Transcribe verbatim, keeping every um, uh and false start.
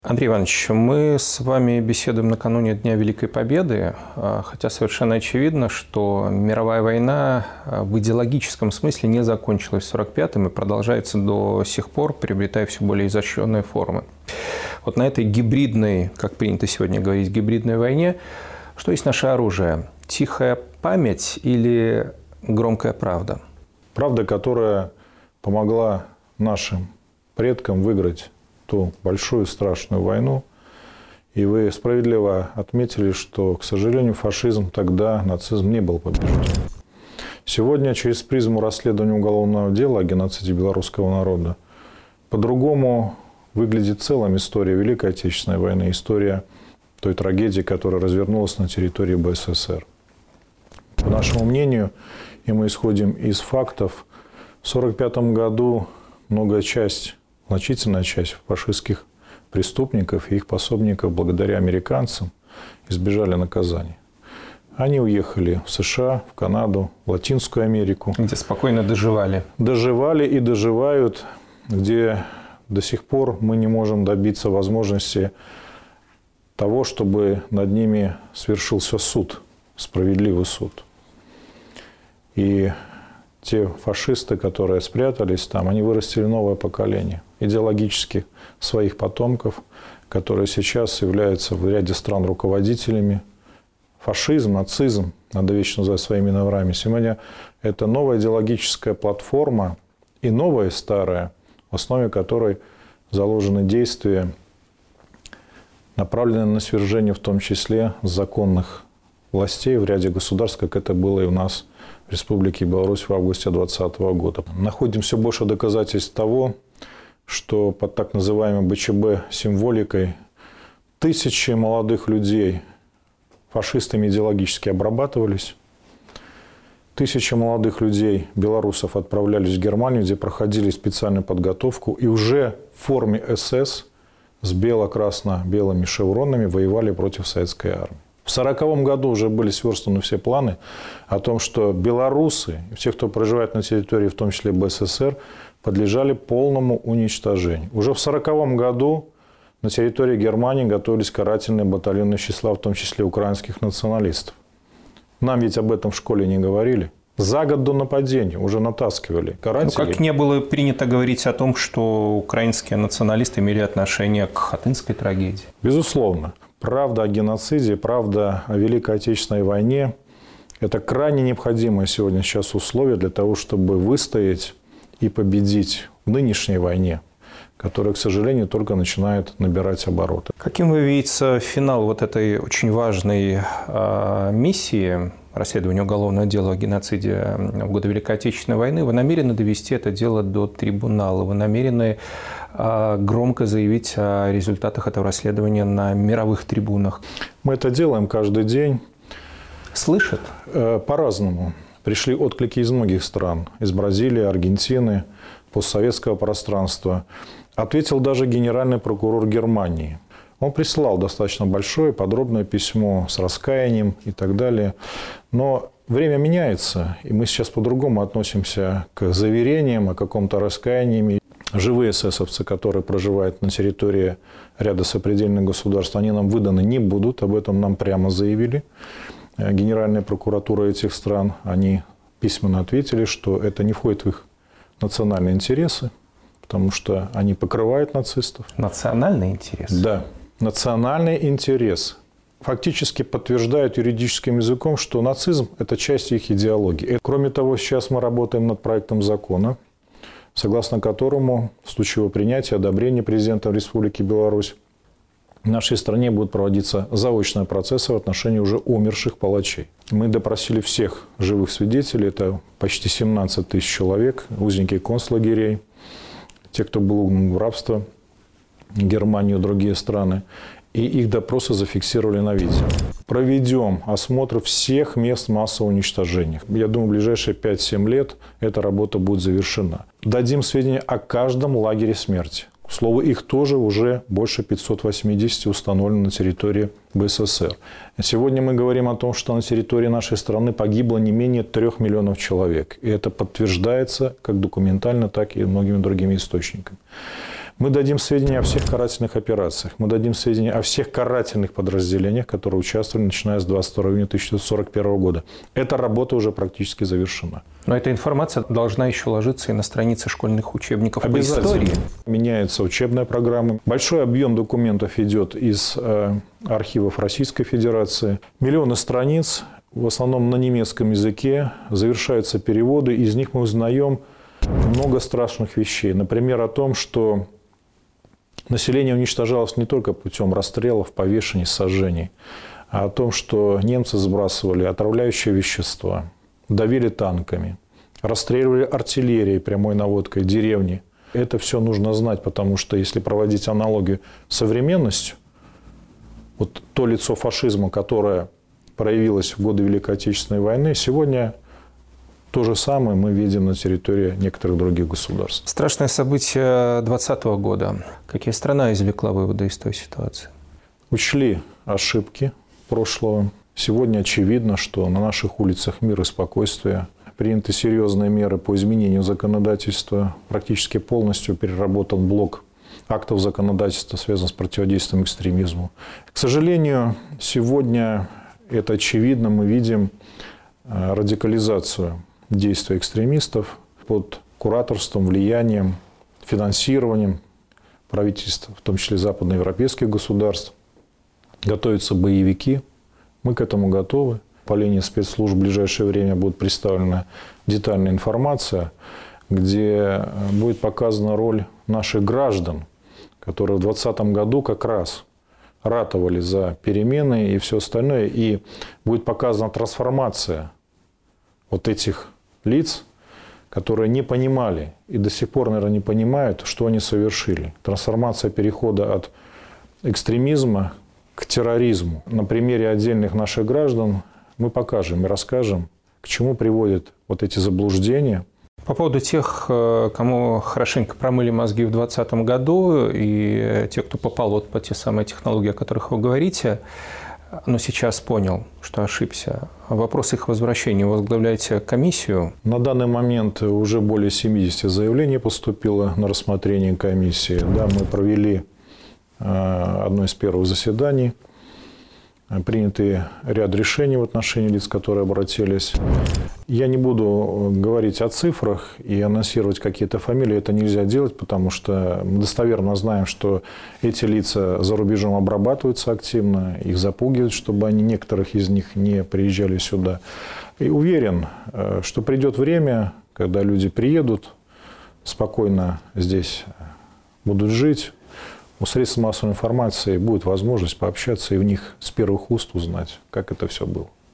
Андрей Иванович, мы с вами беседуем накануне Дня Великой Победы, хотя совершенно очевидно, что мировая война в идеологическом смысле не закончилась в сорок пятом и продолжается до сих пор, приобретая все более изощренные формы. Вот на этой гибридной, как принято сегодня говорить, гибридной войне, что есть наше оружие? Тихая память или громкая правда? Правда, которая помогла нашим предкам выиграть ту большую страшную войну. И вы справедливо отметили, что, к сожалению, фашизм тогда, нацизм не был побежден. Сегодня через призму расследования уголовного дела о геноциде белорусского народа по-другому выглядит в целом история Великой Отечественной войны, история той трагедии, которая развернулась на территории БССР. По нашему мнению, и мы исходим из фактов, в сорок пятом году многое часть значительная часть фашистских преступников и их пособников, благодаря американцам, избежали наказания. Они уехали в США, в Канаду, в Латинскую Америку. Где спокойно доживали. Доживали и доживают, где до сих пор мы не можем добиться возможности того, чтобы над ними свершился суд, справедливый суд. И те фашисты, которые спрятались там, они вырастили новое поколение идеологически своих потомков, которые сейчас являются в ряде стран руководителями. Фашизм, нацизм, надо вечно называть своими номерами. Сегодня это новая идеологическая платформа и новая, и старая, в основе которой заложены действия, направленные на свержение в том числе законных властей в ряде государств, как это было и у нас в Республике Беларусь в августе две тысячи двадцатого года. Находим все больше доказательств того, что под так называемой БЧБ символикой тысячи молодых людей фашистами идеологически обрабатывались. Тысячи молодых людей, белорусов, отправлялись в Германию, где проходили специальную подготовку и уже в форме СС с бело-красно-белыми шевронами воевали против советской армии. В сороковом году уже были сверстаны все планы о том, что белорусы, все, кто проживает на территории, в том числе БССР, подлежали полному уничтожению. Уже в сороковом году на территории Германии готовились карательные батальоны из числа, в том числе украинских националистов. Нам ведь об этом в школе не говорили. За год до нападения уже натаскивали карателей. Ну, как не было принято говорить о том, что украинские националисты имели отношение к Хатынской трагедии? Безусловно. Правда о геноциде, правда о Великой Отечественной войне – это крайне необходимое сегодня сейчас условие для того, чтобы выстоять и победить в нынешней войне, которая, к сожалению, только начинает набирать обороты. Каким вы видите финал вот этой очень важной э, миссии расследования уголовного дела о геноциде в годы Великой Отечественной войны? Вы намерены довести это дело до трибунала? Вы намерены э, громко заявить о результатах этого расследования на мировых трибунах? Мы это делаем каждый день. Слышат? Э, по-разному. Пришли отклики из многих стран. Из Бразилии, Аргентины, постсоветского пространства. Ответил даже генеральный прокурор Германии. Он прислал достаточно большое, подробное письмо с раскаянием и так далее. Но время меняется, и мы сейчас по-другому относимся к заверениям о каком-то раскаянии. Живые эсэсовцы, которые проживают на территории ряда сопредельных государств, они нам выданы не будут. Об этом нам прямо заявили. Генеральная прокуратура этих стран, они письменно ответили, что это не входит в их национальные интересы, потому что они покрывают нацистов. Национальный интерес? Да. Национальный интерес фактически подтверждает юридическим языком, что нацизм – это часть их идеологии. Кроме того, сейчас мы работаем над проектом закона, согласно которому в случае его принятия и одобрения президентом Республики Беларусь в нашей стране будут проводиться заочные процессы в отношении уже умерших палачей. Мы допросили всех живых свидетелей, это почти семнадцать тысяч человек, узники концлагерей, те, кто был угнан в рабство, Германию и другие страны, и их допросы зафиксировали на видео. Проведем осмотр всех мест массового уничтожения. Я думаю, в ближайшие пять-семь лет эта работа будет завершена. Дадим сведения о каждом лагере смерти. К слову, их тоже уже больше пятьсот восемьдесят установлено на территории БССР. Сегодня мы говорим о том, что на территории нашей страны погибло не менее трех миллионов человек. И это подтверждается как документально, так и многими другими источниками. Мы дадим сведения о всех карательных операциях. Мы дадим сведения о всех карательных подразделениях, которые участвовали, начиная с двадцать второго июня тысяча девятьсот сорок первого года. Эта работа уже практически завершена. Но эта информация должна еще ложиться и на страницы школьных учебников по истории. Меняется учебная программа. Большой объем документов идет из э, архивов Российской Федерации. Миллионы страниц, в основном на немецком языке. Завершаются переводы. Из них мы узнаем много страшных вещей. Например, о том, что население уничтожалось не только путем расстрелов, повешений, сожжений, а о том, что немцы сбрасывали отравляющие вещества, давили танками, расстреливали артиллерией, прямой наводкой деревни. Это все нужно знать, потому что если проводить аналогию с современностью, вот то лицо фашизма, которое проявилось в годы Великой Отечественной войны, сегодня то же самое мы видим на территории некоторых других государств. Страшное событие двадцатого года. Какие страна извлекла выводы из той ситуации? Учли ошибки прошлого. Сегодня очевидно, что на наших улицах мир и спокойствие. Приняты серьезные меры по изменению законодательства. Практически полностью переработан блок актов законодательства, связанных с противодействием экстремизму. К сожалению, сегодня это очевидно. Мы видим радикализацию действия экстремистов под кураторством, влиянием, финансированием правительств, в том числе западноевропейских государств. Готовятся боевики. Мы к этому готовы. По линии спецслужб в ближайшее время будет представлена детальная информация, где будет показана роль наших граждан, которые в двадцатом году как раз ратовали за перемены и все остальное. И будет показана трансформация вот этих лиц, которые не понимали и до сих пор, наверное, не понимают, что они совершили. Трансформация перехода от экстремизма к терроризму. На примере отдельных наших граждан мы покажем и расскажем, к чему приводят вот эти заблуждения. По поводу тех, кому хорошенько промыли мозги в двадцатом году, и тех, кто попал вот под те самые технологии, о которых вы говорите, но сейчас понял, что ошибся. Вопрос их возвращения. Вы возглавляете комиссию? На данный момент уже более семидесяти заявлений поступило на рассмотрение комиссии. Да, мы провели одно из первых заседаний. Приняты ряд решений в отношении лиц, которые обратились. Я не буду говорить о цифрах и анонсировать какие-то фамилии. Это нельзя делать, потому что мы достоверно знаем, что эти лица за рубежом обрабатываются активно, их запугивают, чтобы они, некоторых из них не приезжали сюда. И уверен, что придет время, когда люди приедут, спокойно здесь будут жить. У средств массовой информации будет возможность пообщаться и в них с первых уст узнать, как это все было.